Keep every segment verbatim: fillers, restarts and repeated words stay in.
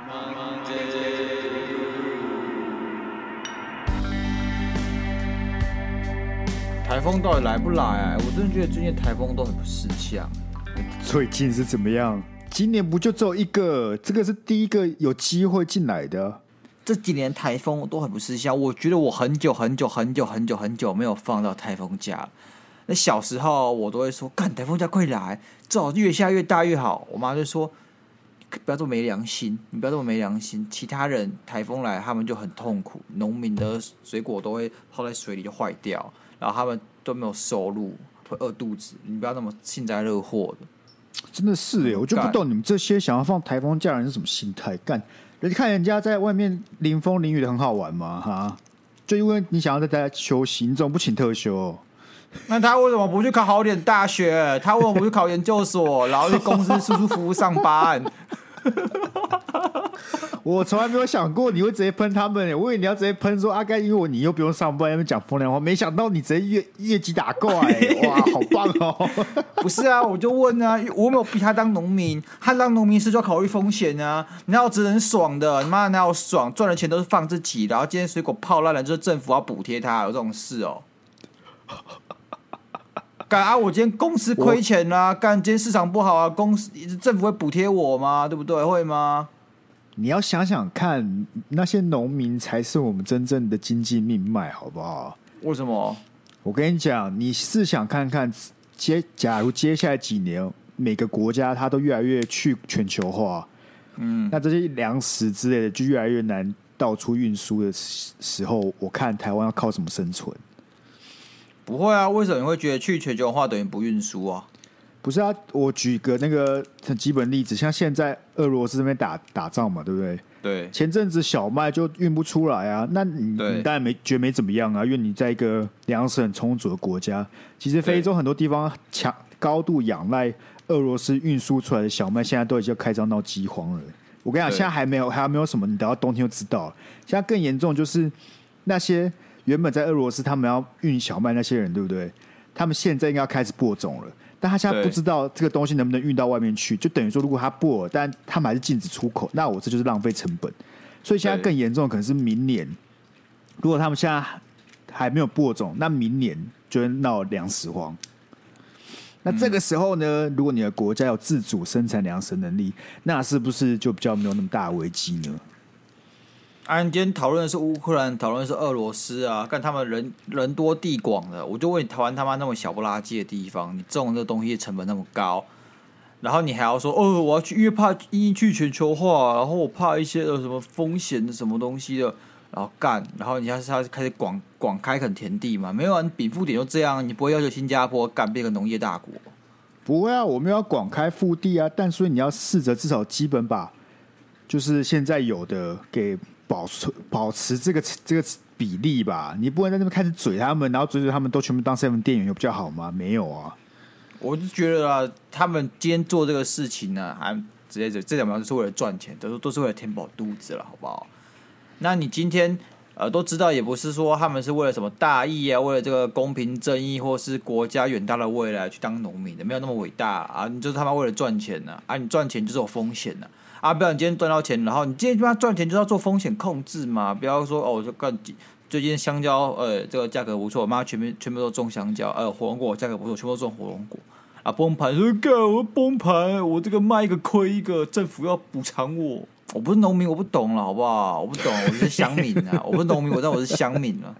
台风到底来不来啊？我真的觉得最近台风都很不识相。 最近是怎么样？今年不就只有一个？这个是第一个有机会进来的。 这几年台风都很不识相，我觉得我很久很久很久很久很久没有放到台风假了。那小时候我都会说，干台风假快来，最好越下越大越好。我妈就说，不要这么没良心，你不要这么没良心。其他人台风来，他们就很痛苦，农民的水果都会泡在水里就坏掉，然后他们都没有收入，会饿肚子。你不要那么幸灾乐祸的。 真的是耶，我就不懂你们这些想要放台风假的人是什么心态。干，人家看人家在外面淋风淋雨的很好玩嘛，哈，就因为你想要在家休息，你怎么不请特休？ 那他为什么不去考好点大学？他为什么不去考研究所，然后去公司舒舒服服上班？ 我从来没有想过你会直接喷他们，我以为你要直接喷说阿该，因为我你又不用上班，要讲风凉话，没想到你直接越越级打怪，哇，好棒哦！ 不是啊，我就问啊，我没有逼他当农民，他当农民是就要考虑风险啊。哪有只能爽的？你妈哪有爽？赚的钱都是放自己，然后今天水果泡烂了，就是政府要补贴他，有这种事哦。干啊！我今天公司亏钱啦、啊，干今天市场不好啊，公司政府会补贴我吗？对不对？会吗？ 你要想想看，那些农民才是我们真正的经济命脉，好不好？ 为什么？ 我跟你讲，你试想看看，接假如接下来几年每个国家它都越来越去全球化，嗯，那这些粮食之类的就越来越难到处运输的时候，我看台湾要靠什么生存？ 不会啊，为什么你会觉得去全球化等于不运输啊？ 不是啊，我举个那个很基本例子，像现在俄罗斯那边打打仗嘛，对不对？ 对。 前阵子小麦就运不出来啊，那你你当然没觉得没怎么样啊，因为你在一个粮食很充足的国家。其实非洲很多地方强高度仰赖俄罗斯运输出来的小麦，现在都已经开张闹饥荒了。我跟你讲，现在还没有还没有什么，你等到冬天就知道了。现在更严重就是那些原本在俄罗斯他们要运小麦那些人，对不对？他们现在应该要开始播种了。但他现在不知道这个东西能不能运到外面去，就等于说，如果他播了，但他们还是禁止出口，那我这就是浪费成本。所以现在更严重的可能是明年，如果他们现在还没有播种，那明年就会闹粮食荒。那这个时候呢，如果你的国家有自主生产粮食能力，那是不是就比较没有那么大的危机呢？ 啊，你今天讨论的是乌克兰，讨论的是俄罗斯啊，看他们人人多地广的，我就问你，台湾他妈那么小不拉几的地方，你种这个东西成本那么高，然后你还要说哦，我要去，因为怕因去全球化，然后我怕一些呃什么风险什么东西的，然后干，然后你要是要开始广广开垦田地嘛，没有人禀赋点就这样，你不会要求新加坡干变个农业大国？ 不会啊，我们要广开腹地啊，但所以你要试着至少基本把就是现在有的给。保持保持这个这个比例吧，你不能在那边开始嘴他们，然后嘴嘴他们都全部当 seven 店员，有比较好吗？没有啊， 我就觉得啊，他们今天做这个事情呢，还直接这这两苗是为了赚钱，都都是为了填饱肚子了，好不好？那你今天呃都知道，也不是说他们是为了什么大义啊，为了这个公平正义或是国家远大的未来去当农民的，没有那么伟大啊！你就是他妈为了赚钱呢啊！你赚钱就是有风险的。啊！不要你今天赚到钱，然后你今天他妈赚钱就是要做风险控制嘛！不要说哦，就干最近香蕉呃这个价格不错，妈全部全部都种香蕉，呃火龙果价格不错，全部都种火龙果啊！崩盘说干我崩盘，我这个卖一个亏一个，政府要补偿我。我不是农民，我不懂了，好不好？我不懂，我是乡民啊！我不是农民，我知道我是乡民啊。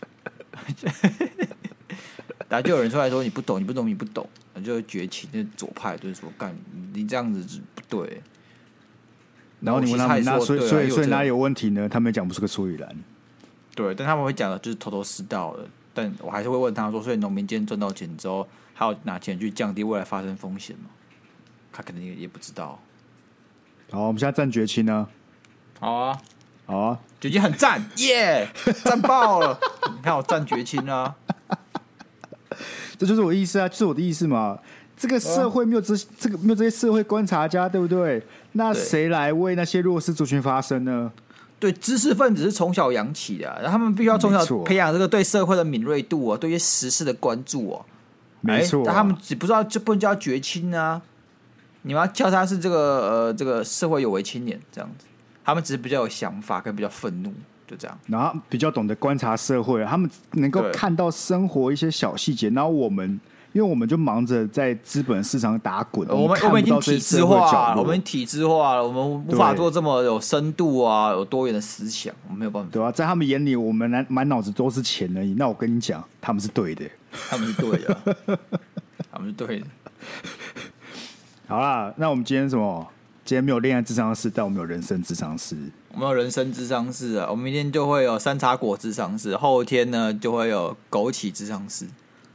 然后就有人出来说你不懂，你不懂，你不懂，就会崛起那左派就是说干你这样子不对。 然后你问他们，那所以所以所以哪里有问题呢？他们讲不出个所以然。 对，但他们会讲的就是头头是道的。但我还是会问他说：所以农民今天赚到钱之后，还要拿钱去降低未来发生风险吗？他可能也也不知道。 好，我们现在站绝亲呢。 好啊， 好啊， 绝亲很赞，耶，赞爆了！你看我站绝亲啊， 这就是我的意思啊，就是我的意思嘛。这个社会没有这这个没有这些社会观察家，对不对？那谁来为那些弱势族群发声呢？ 对，知识分子是从小养起的，然后他们必须要从小培养这个对社会的敏锐度啊，对一些时事的关注哦。 没错、啊， 但他们只不知道就不能叫他绝亲啊，你们要叫他是这个呃这个社会有为青年这样子。 他们只是比较有想法跟比较愤怒，就这样。 然后比较懂得观察社会，他们能够看到生活一些小细节，然后我们。因为我们就忙着在资本市场打滚， 我们我们已经体制化了，我们体制化了，我们无法做这么有深度啊、有多元的思想，我们没有办法。 对啊，在他们眼里，我们满满脑子都是钱而已。那我跟你讲，他们是对的， 他们是对的，他们是对的。 好啦，那我们今天什么？今天没有恋爱智商室，但我们有人生智商室。 我们有人生智商室啊，我们明天就会有山茶果智商室，后天呢就会有枸杞智商室。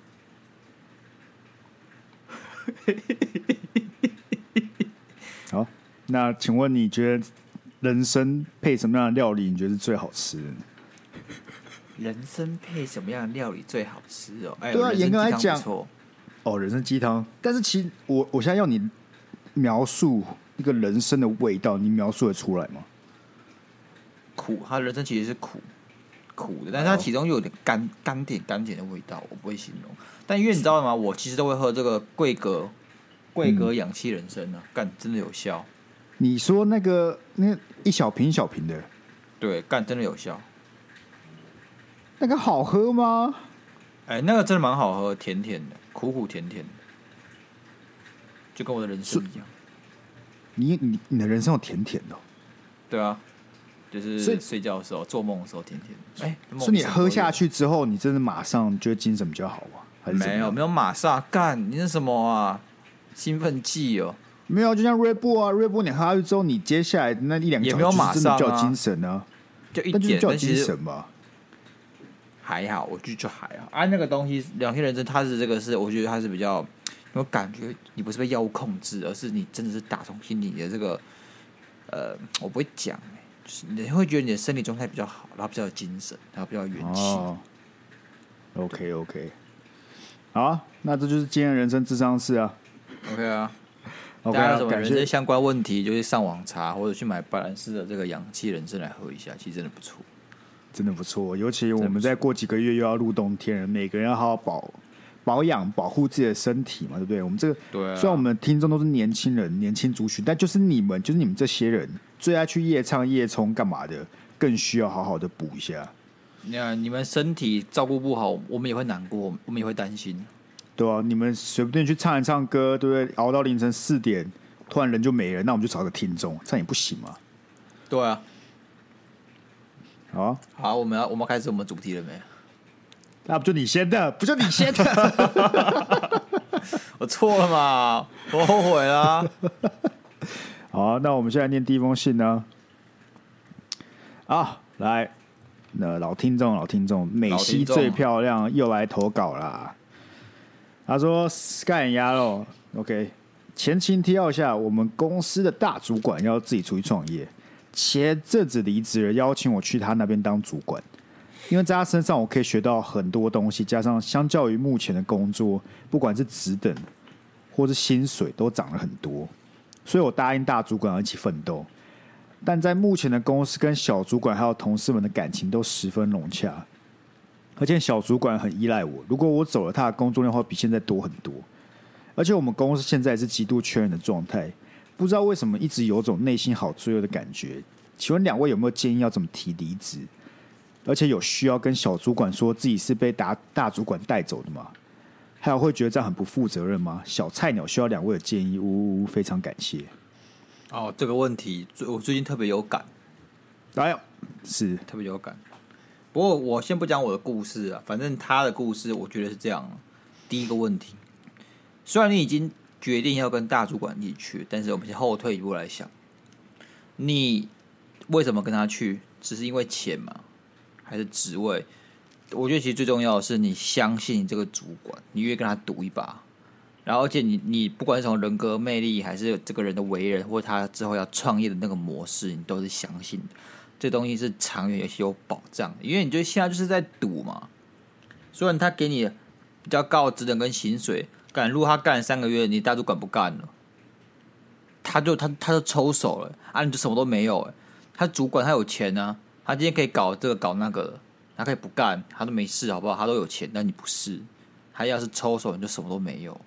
好，那请问你觉得人参配什么样的料理你觉得是最好吃的？ 人参配什么样的料理最好吃哦？哎， 对啊，严格来讲， 哦， 人参鸡汤。但是其实我我现在要你描述一个人参的味道，你描述得出来吗？ 苦，它人参其实是苦苦的，但是它其中又有点甘甘甜甘甜的味道，我不会形容。但因为你知道吗？我其实都会喝这个桂格桂格氧气人参啊，干、嗯、真的有效。 你说那个那一小瓶一小瓶的， 对，干真的有效。 那个好喝吗？ 哎、欸，那个真的蛮好喝，甜甜的，苦苦甜甜的，就跟我的人生一样。 你你你的人生有甜甜的、哦？ 对啊，就是睡觉的时候、做梦的时候甜甜的。哎、欸， 所以你喝下去之后，你真的马上觉得精神比较好吗？ 没有没有，马上干，你是什么啊？兴奋剂哦？ 没有，就像瑞布啊，瑞布你喝下去之后，你接下来那一两个小时真的比较精神啊， 就一点， 就精神吧。 还好，我觉得就还好。啊，那个东西两天人参，它是这个是，我觉得它是比较有感觉，你不是被药物控制，而是你真的是打从心里的这个，呃，我不会讲、欸，就是你会觉得你的身体状态比较好，然后比较有精神，然后比较有元气。哦、 OK OK。好、啊，那这就是今天的人生智商室啊。 OK 啊， OK 大家有什么人生相关问题，就是上网查或者去买白兰氏的这个氧气人参来喝一下，其实真的不错， 真的不错。尤其我们再过几个月又要入冬天了，每个人要好好保保养、保护自己的身体嘛，对不对？我们这个对、啊， 虽然我们的听众都是年轻人、年轻族群，但就是你们，就是你们这些人最爱去夜唱、夜冲干嘛的，更需要好好的补一下。 那你们身体照顾不好，我们也会难过，我们也会担心。 对啊，你们随便去唱一唱歌，对不对？熬到凌晨四点，突然人就没了，那我们就找个听众，这样也不行嘛。 对啊， 好啊， 好，我们要我们要开始我们主题了没？ 那不就你先的，不就你先的？ 我错了嘛，我后悔了。 好、啊，那我们现在念第一封信呢。啊，来，那老听众，老听众，美西最漂亮又来投稿啦。他说 ：“Sky 鸭肉 ，OK。前情提要一下，我们公司的大主管要自己出去创业，前阵子离职了，邀请我去他那边当主管。因为在他身上，我可以学到很多东西，加上相较于目前的工作，不管是职等或是薪水都涨了很多，所以我答应大主管要一起奋斗。但在目前的公司，跟小主管还有同事们的感情都十分融洽。”而且小主管很依赖我，如果我走了，他的工作量会比现在多很多。而且我们公司现在是极度缺人的状态，不知道为什么一直有种内心好罪恶的感觉。请问两位有没有建议要怎么提离职？而且有需要跟小主管说自己是被大大主管带走的吗？还有会觉得这样很不负责任吗？小菜鸟需要两位的建议，呜呜呜，非常感谢。 哦，这个问题我最近特别有感， 哎呦，是特别有感。不过我先不讲我的故事啊，反正他的故事我觉得是这样。第一个问题，虽然你已经决定要跟大主管一起去，但是我们先后退一步来想，你为什么跟他去？只是因为钱吗？还是职位？我觉得其实最重要的是你相信你这个主管，你愿意跟他赌一把。然后而且你你不管是从人格魅力，还是这个人的为人，或者他之后要创业的那个模式，你都是相信的。这东西是长远也是有保障的，因为你就现在就是在赌嘛。虽然他给你比较高的职能跟薪水，干如果他干了三个月，你大主管不干了，他就他他就抽手了啊，你就什么都没有哎。他主管他有钱啊，他今天可以搞这个搞那个，他可以不干，他都没事好不好？他都有钱，但你不是，他要是抽手你就什么都没有。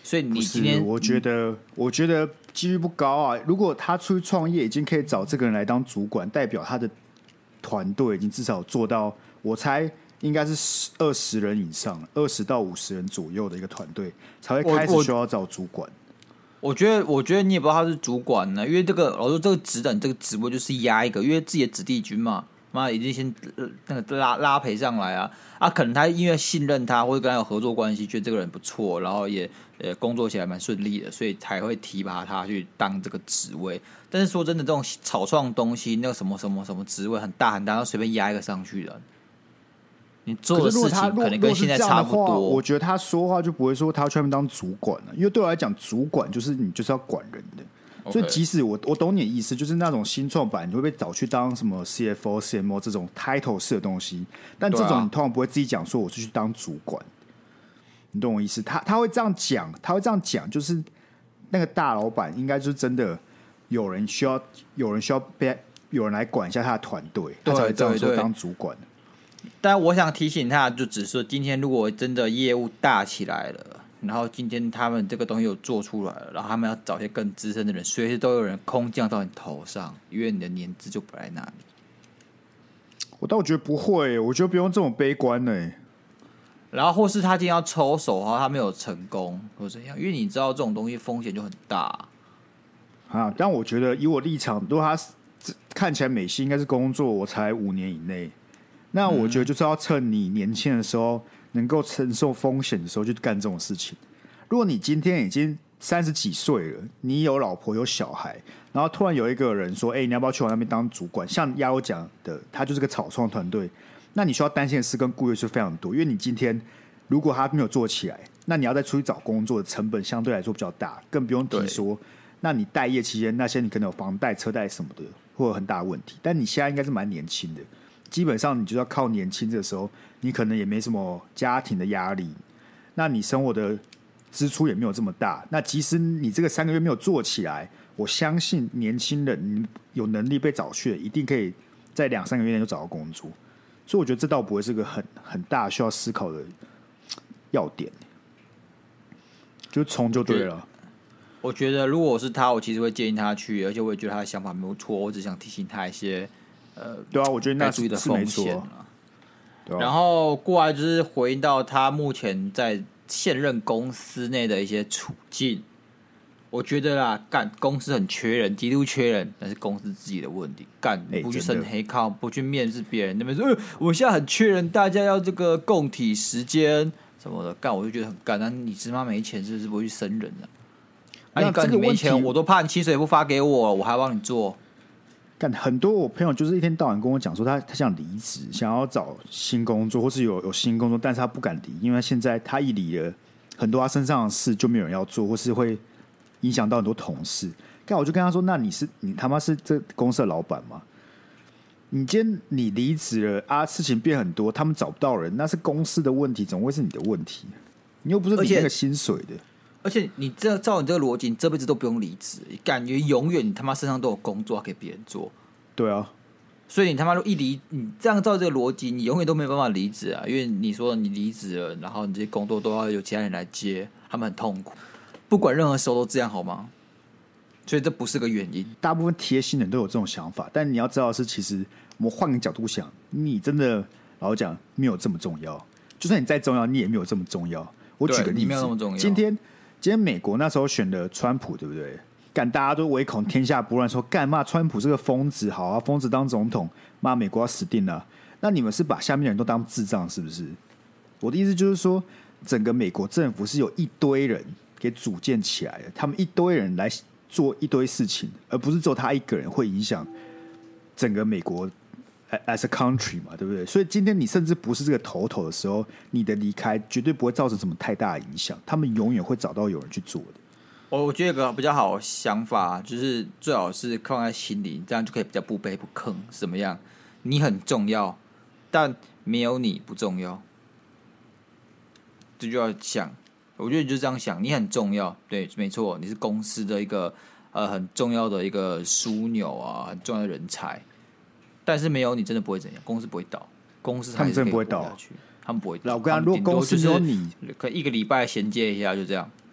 所以你今天， 我觉得，我觉得几率不高啊。如果他出去创业，已经可以找这个人来当主管，代表他的团队已经至少做到，我猜应该是二十人以上，二十到五十人左右的一个团队，才会开始需要找主管。 我, 我觉得，我觉得你也不知道他是主管呢，因为这个，我说这个职等这个职位就是压一个，因为自己的子弟军嘛。妈已经先那个拉拉赔上来啊啊！可能他因为信任他，或者跟他有合作关系，觉得这个人不错，然后也呃工作起来蛮顺利的，所以才会提拔他去当这个职位。但是说真的，这种草创东西，那个什么什么什么职位很大很大，要随便压一个上去的，你做的事情可能跟现在差不多。 我觉得他说话就不会说他要去那边当主管了，因为对我来讲，主管就是你就是要管人的。所以，即使我我懂你的意思，就是那种新创版，你会被找去当什么 C F O、C M O 这种 title 式的东西，但这种你通常不会自己讲说我是去当主管，你懂我意思？他他会这样讲，他会这样讲，就是那个大老板应该就是真的有人需要，有人需要被有人来管一下他的团队，他才会这样说当主管。 但我想提醒他，就只是说今天如果真的业务大起来了。然后今天他们这个东西有做出来了，然后他们要找一些更资深的人，随时都有人空降到你头上，因为你的年资就不在那里。 我倒觉得不会，我觉得不用这么悲观呢。 然后或是他今天要抽手，然后他没有成功或怎样，因为你知道这种东西风险就很大啊。但我觉得以我立场，如果他看起来美西应该是工作我才五年以内，那我觉得就是要趁你年轻的时候。能够承受风险的时候就干这种事情。如果你今天已经三十几岁了，你有老婆有小孩，然后突然有一个人说：“哎、欸，你要不要去我那边当主管？”像亚欧讲的，他就是个草创团队，那你需要担心的事跟顾虑是非常多。因为你今天如果他没有做起来，那你要再出去找工作的成本相对来说比较大，更不用提说，那你待业期间那些你可能有房贷、车贷什么的，会有很大的问题。但你现在应该是蛮年轻的。基本上你就要靠年轻的时候，你可能也没什么家庭的压力，那你生活的支出也没有这么大。那即使你这个三个月没有做起来，我相信年轻人有能力被找去的，一定可以在两三个月内就找到工作。所以我觉得这倒不会是个很很大需要思考的要点，就冲就对了。 我觉得如果我是他，我其实会建议他去，而且我也觉得他的想法没有错，我只想提醒他一些。呃， 对啊，我觉得那注意的风险啊。 对啊， 然后过来就是回应到他目前在现任公司内的一些处境。我觉得啦，干公司很缺人，极度缺人，但是公司自己的问题。干不去升黑靠，不去面试别人，那边说、呃、我现在很缺人，大家要这个共体时间什么的，干我就觉得很干。那你他妈没钱是不是不会去升人呢、啊？啊，你干你没钱，我都怕你薪水不发给我，我还帮你做。 很多我朋友就是一天到晚跟我讲说他他想离职，想要找新工作，或是有有新工作，但是他不敢离，因为现在他一离了，很多他身上的事就没有人要做，或是会影响到很多同事。但我就跟他说：“那你是你他妈是这公司的老板吗？你今天你离职了啊，事情变很多，他们找不到人，那是公司的问题，怎么会是你的问题？你又不是领那个薪水的。” 而且你这照你这个逻辑，你这辈子都不用离职，感觉永远你他妈身上都有工作要给别人做。 对啊， 所以你他妈一离，你这样照这个逻辑，你永远都没有办法离职啊！因为你说你离职了，然后你这些工作都要有其他人来接，他们很痛苦。不管任何时候都这样好吗？所以这不是个原因。 大部分贴心人都有这种想法，但你要知道的是，其实我们换个角度想，你真的老实讲没有这么重要。就算你再重要，你也没有这么重要。我举个例子， 没有那么重要。 今天。今天美国那时候选的川普，对不对？干大家都唯恐天下不乱，说干骂川普是个疯子，好啊，疯子当总统，骂美国要死定了。那你们是把下面的人都当智障，是不是？我的意思就是说，整个美国政府是有一堆人给组建起来的，他们一堆人来做一堆事情，而不是只有他一个人会影响整个美国。as a country 嘛，对不对？所以今天你甚至不是这个头头的时候，你的离开绝对不会造成什么太大的影响，他们永远会找到有人去做的。 我觉得有个比较好的想法，就是最好是放在心里，这样就可以比较不卑不亢。怎么样？你很重要，但没有你不重要，这就要想。我觉得你就这样想，你很重要，对，没错，你是公司的一个呃很重要的一个枢纽啊，很重要的人才。但是没有你真的不会怎样，公司不会倒，公司还是可以活下去，他们不会倒。 老哥，如果公司有你， 可以一个礼拜衔接一下，就这样。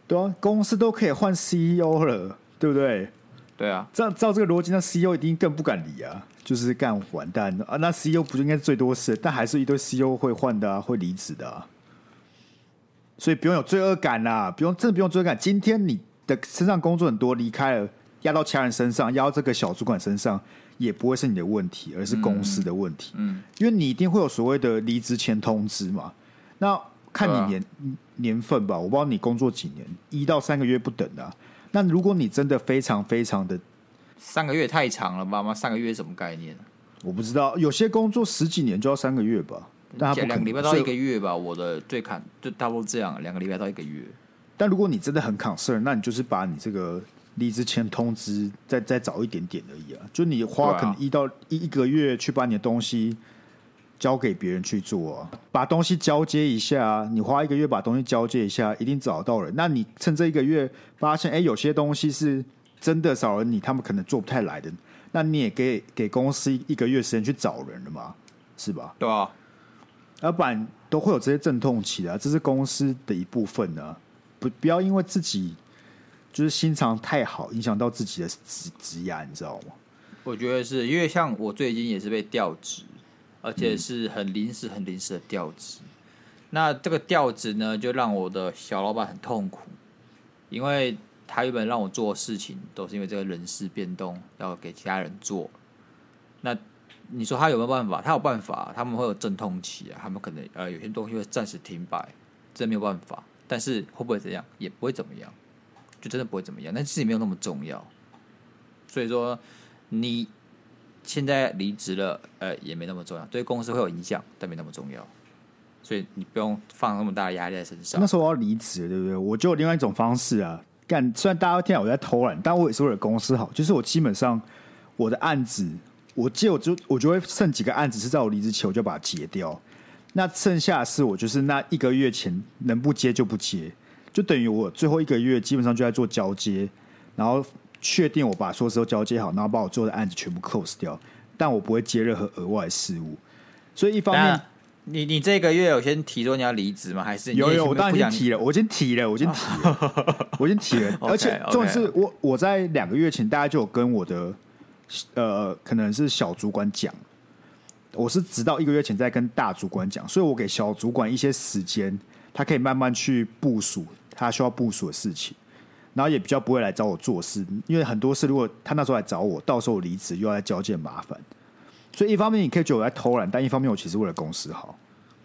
对啊，公司都可以换 C E O 了，对不对？ 对啊， 照照这个逻辑，那 C E O 一定更不敢理啊，就是干完蛋啊！那 C E O 不就应该是最多事，但还是一堆 C E O 会换的啊，会离职的啊，所以不用有罪恶感啦，不用真的不用罪恶感。今天你的身上工作很多，离开了，压到其他人身上，压到这个小主管身上，也不会是你的问题，而是公司的问题。嗯，嗯因为你一定会有所谓的离职前通知嘛。那看你年、啊、年份吧，我不知道你工作几年，一到三个月不等的、啊。那如果你真的非常非常的， 三个月太长了吧？妈，三个月什么概念？ 我不知道，有些工作十几年就要三个月吧，但两个礼拜到一个月吧。我的最看就大多这样，两个礼拜到一个月。 但如果你真的很 concern， 那你就是把你这个离职前通知再再早一点点而已啊。就你花可能一到一一个月去把你的东西交给别人去做啊，把东西交接一下，你花一个月把东西交接一下，一定找到人。那你趁这一个月发现，哎，有些东西是真的少了你，他们可能做不太来的，那你也给给公司一个月时间去找人了嘛，是吧？ 对啊， 要不然都会有这些阵痛期的、啊，这是公司的一部分呢、啊。不，不要因为自己就是心肠太好，影响到自己的职职涯，你知道吗？ 我觉得是因为像我最近也是被调职。而且是很临时、很临时的调职。那这个调职呢，就让我的小老板很痛苦，因为他原本让我做的事情都是因为这个人事变动要给其他人做。那你说他有没有办法？他有办法，他们会有阵痛期啊，他们可能呃有些东西会暂时停摆，这没有办法。但是会不会怎样？也不会怎么样，就真的不会怎么样。但其实也没有那么重要。所以说你。现在离职了，呃，也没那么重要，对公司会有影响，但没那么重要，所以你不用放那么大的压力在身上。 那时候我要离职，对不对？我就有另外一种方式啊，干。虽然大家听到我在偷懒，但我也是为了公司好。就是我基本上我的案子，我接我就我就会剩几个案子是在我离职前我就把它结掉。那剩下的是我就是那一个月前能不接就不接，就等于我最后一个月基本上就在做交接，然后。确定我把所有事都交接好，然后把我做的案子全部 close 掉，但我不会接任何额外的事务。所以一方面， 你你这个月有先提说你要离职吗？还是你有有？我当然先提了，我先提了，我先提了，我先提了。而且重点是我我在两个月前大概就有跟我的呃可能是小主管讲，我是直到一个月前再跟大主管讲，所以我给小主管一些时间，他可以慢慢去部署他需要部署的事情。然后也比较不会来找我做事，因为很多事如果他那时候来找我，到时候我离职又要来交接麻烦。所以一方面你可以觉得我在偷懒，但一方面我其实为了公司好。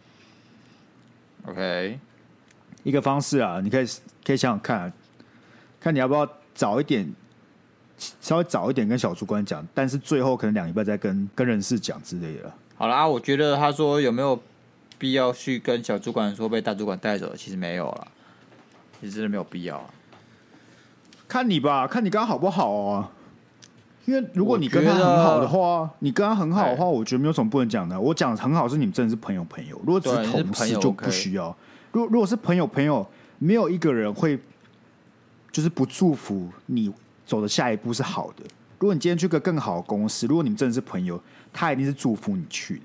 OK， 一个方式啊，你可以可以想想看、啊，看你要不要早一点，稍微早一点跟小主管讲，但是最后可能两礼拜再跟跟人事讲之类的。 好啦，我觉得他说有没有必要去跟小主管说被大主管带走，其实没有了，其实真的没有必要、啊。 看你吧，看你跟他好不好啊？因为如果你跟他很好的话，你跟他很好的话，我觉得没有什么不能讲的。我讲很好是你们真的是朋友朋友，如果只是同事就不需要。如果如果是朋友朋友，没有一个人会就是不祝福你走的下一步是好的。如果你今天去个更好的公司，如果你们真的是朋友，他一定是祝福你去的。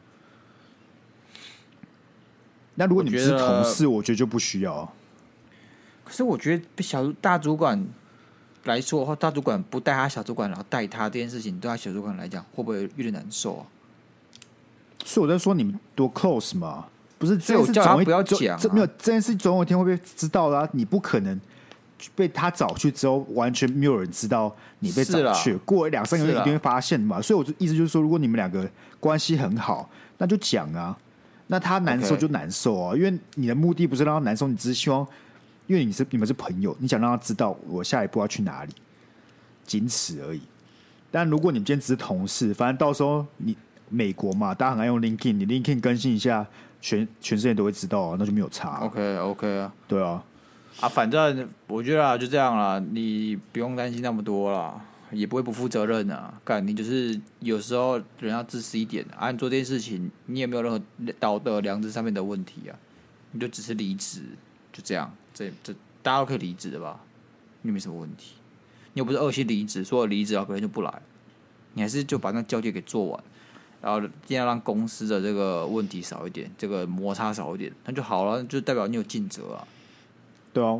那如果你们是同事，我觉得就不需要。 可是我觉得小大主管来说的话，大主管不带他小主管，然后带他这件事情，对他小主管来讲，会不会有点难受啊？ 所以我在说你们多 close 嘛，不是这件事叫他不要讲、啊， 没有这件事总有一天会被知道的、啊，你不可能被他找去之后，完全没有人知道你被找去，过两三个月一定会发现嘛。所以我的意思就是说，如果你们两个关系很好，那就讲啊，那他难受就难受啊， okay. 因为你的目的不是让他难受，你只是希望。因为你是你们是朋友，你想让他知道我下一步要去哪里，仅此而已。但如果你们今天只是同事，反正到时候你美国嘛，大家很爱用 LinkedIn， 你 LinkedIn 更新一下，全全世界都会知道啊，那就没有差、啊。 OK OK 啊， 对啊， 啊，反正我觉得啊，就这样啦，你不用担心那么多啦，也不会不负责任啊。干，你就是有时候人要自私一点啊，你做这件事情，你也没有任何道德良知上面的问题啊，你就只是离职，就这样。这这大家都可以离职的吧？你没什么问题，你又不是恶性离职，说离职然后别人就不来，你还是就把那交接给做完，然后尽量让公司的这个问题少一点，这个摩擦少一点，那就好了，就代表你有尽责啊。 对啊，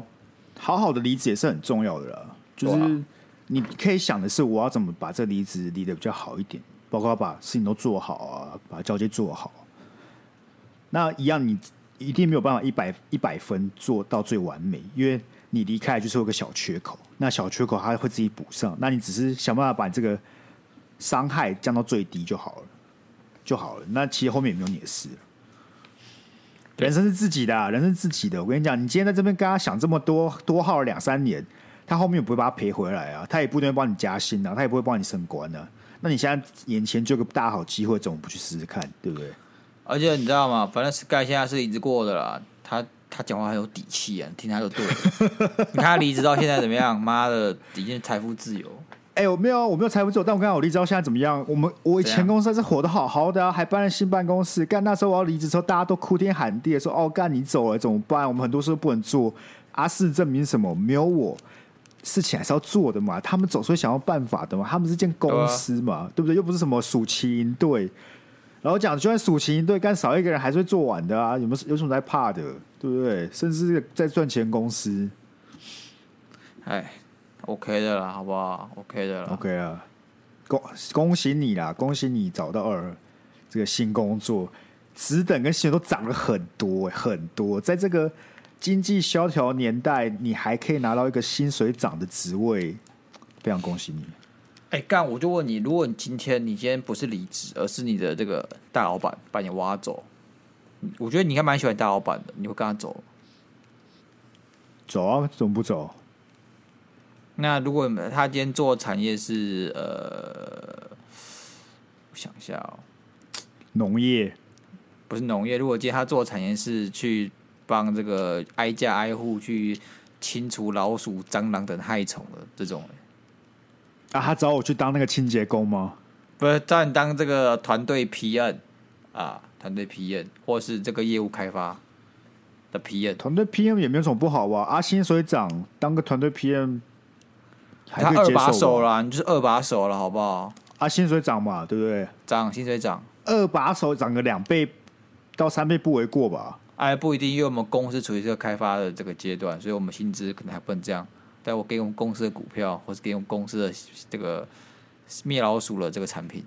好好的离职也是很重要的啦，就是你可以想的是，我要怎么把这离职离得比较好一点，包括把事情都做好啊，把交接做好。那一样，你一定没有办法一百一百分做到最完美，因为你离开就是有个小缺口，那小缺口它会自己补上，那你只是想办法把这个伤害降到最低就好了，就好了。那其实后面也没有你的事了。人生是自己的、啊，人生是自己的。我跟你讲，你今天在这边跟他想这么多，多耗了两三年，他后面也不会把他赔回来啊，他也不一定会帮你加薪啊，他也不会帮你升官啊。那你现在眼前就有个大好机会，怎么不去试试看，对不对？ 而且你知道吗？反正 Sky 现在是离职过的啦，他他讲话很有底气啊，听他就对了。你看他离职到现在怎么样？妈的，已经财富自由。 哎、欸，我没有，我没有财富自由，但我刚刚我离职到现在怎么样？我们我以前公司是活得好好的啊，还搬了新办公室。干那时候我要离职的时候，大家都哭天喊地的说：“哦，干你走了怎么办？我们很多事都不能做。”啊，事实证明什么？没有我，事情还是要做的嘛。他们总是会想要办法的嘛。他们是间公司嘛， 对,、啊、对不对？又不是什么暑期营队。然后讲，就算暑期营队干少一个人，还是会做完的啊。有没有有什么在怕的？对不对？甚至是在赚钱公司。 哎。OK 的啦，好不好 ？OK 的啦 ，OK 啊，恭恭喜你啦，恭喜你找到二这个新工作，职等跟薪水都涨了很多、欸、很多，在这个经济萧条年代，你还可以拿到一个薪水涨的职位，非常恭喜你。 哎、欸，干，我就问你，如果你今天你今天不是离职，而是你的这个大老板把你挖走，我觉得你应该蛮喜欢大老板的，你会跟他走？ 走啊，怎么不走？ 那如果他今天做的产业是呃，我想一下哦， 农业不是农业。如果今天他做的产业是去帮这个挨家挨户去清除老鼠、蟑螂等害虫的这种， 啊，他找我去当那个清洁工吗？ 不是，找你当这个团队 P M 啊，团队 P M 或是这个业务开发的 P M， 团队 P M 也没有什么不好啊。阿薪水长当个团队 P M。 他二把手啦，你就是二把手了，好不好？ 啊，薪水涨嘛，对不对？ 涨，薪水涨， 二把手涨个两倍到三倍不为过吧？ 哎，不一定，因为我们公司处于这个开发的这个阶段，所以我们薪资可能还不能这样。但我给我们公司的股票，或是给我们公司的这个灭老鼠的这个产品，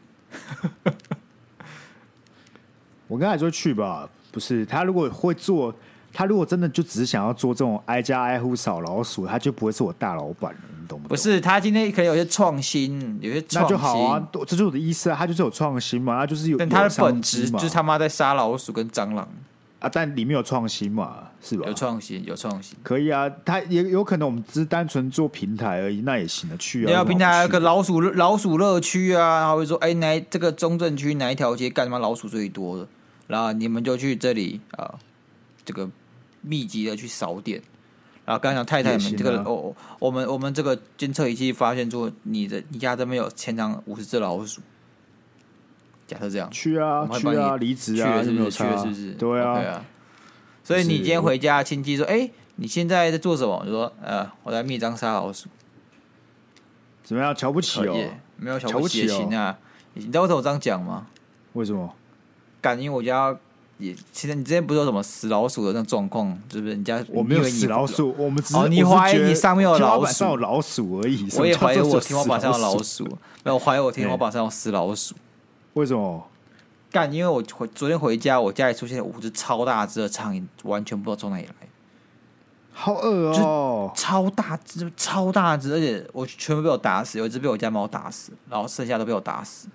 我刚才说去吧，不是他如果会做。他如果真的就只是想要做这种挨家挨户扫老鼠，他就不会是我大老板了，你懂不懂？ 不是，他今天可能有些创新，有些创新， 那就好啊，这就是我的意思啊，他就是有创新嘛，他就是有， 但他的本质就是他妈在杀老鼠跟蟑螂啊，但里面有创新嘛，是吧？ 有创新，有创新， 可以啊，他也有可能我们只是单纯做平台而已，那也行得去啊。 你要平台有个老鼠老鼠乐区啊，他会说，哎、欸，哪这个中正区哪一条街干他妈老鼠最多的，然后你们就去这里啊，这个。密集的去扫点，然后刚才讲太太们这个、啊、哦，我们我们这个监测仪器发现出你的你家这边有牵长五十只老鼠，假设这样去啊去啊离职啊， 去是不是？去是不是？ 对啊， 对啊。所以你今天回家，亲戚说：“哎、欸，你现在在做什么？”我就说：“呃，我在密章杀老鼠。” 怎么样？瞧不起哦？ 没有瞧不起的心啊！你知道为什么我这样讲吗？ 为什么？ 感因为我家。也，其实你之前不是有什么死老鼠的那种状况，是不是？你家我没有死老鼠，我们只是、 哦、你怀疑你上面有老鼠， 天花板上有老鼠而已。 我也怀疑我天花板上有老鼠，没有，我怀疑我天花板上有死老鼠。 为什么？ 干，因为我昨天回家，我家里出现五只超大只的苍蝇，完全不知道从哪里来。 好恶哦！ 超大只，超大只，而且我全部被我打死，有一只被我家猫打死，然后剩下都被我打死。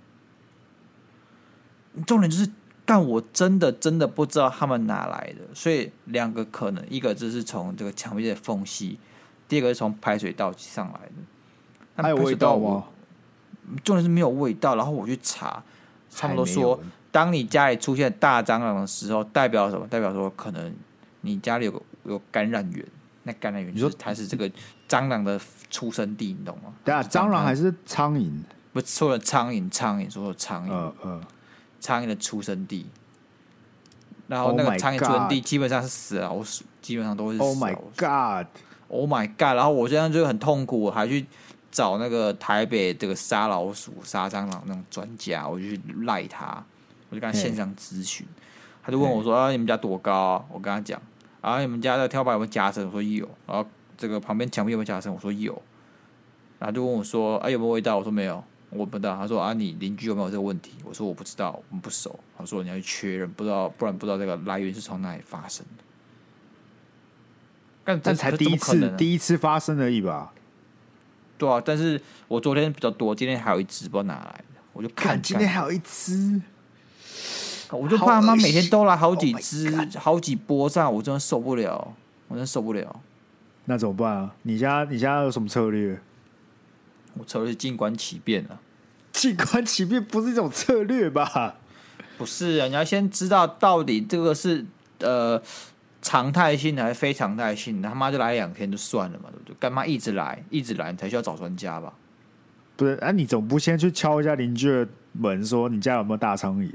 重点就是。但我真的真的不知道他们哪来的，所以两个可能，一个就是从这个墙壁的缝隙，第二个是从排水道上来的。 还有味道吗？ 重点是没有味道。然后我去查，他们都说，当你家里出现大蟑螂的时候，代表什么？代表说可能你家里有个有感染源，那感染源就是它是这个蟑螂的出生地，你懂吗？ 对啊，蟑螂还是苍蝇？ 不，说了苍蝇，苍蝇，说了苍蝇， 嗯嗯。 苍蝇的出生地，然后那个苍蝇出生地基本上是死老鼠，基本上都是死老鼠。Oh my god！Oh my god！ 然后我现在就很痛苦，我还去找那个台北这个杀老鼠、杀蟑螂那种专家，我就去赖他，我就跟他线上咨询，他就问我说：“啊，你们家多高啊？”我跟他讲：“啊，你们家的天花板有没有夹层？”我说有。然后这个旁边墙壁有没有夹层？我说有，然后就问我说啊有没有味道？我说没有，我不知道。他说啊你邻居有没有这个问题？我说我不知道，我们不熟。他说你要去确认，不知道不然不知道这个来源是从哪里发生的。但但才第一次、啊、第一次发生而已吧？ 对啊，但是我昨天比较多，今天还有一只不知道哪来的，我就看今天还有一只。 我就怕他妈每天都来好几只、oh 好几波这样，我真的受不了，我真的受不了。 那怎么办啊？你家你家有什么策略？ 我策略静观其变啊。 静观其变不是一种策略吧？ 不是啊，你要先知道到底这个是呃常态性的还是非常态性的。他妈就来两天就算了嘛，对不对？干嘛一直来一直来？你才需要找专家吧？ 不是啊，你怎么不先去敲一下邻居的门，说你家有没有大苍蝇？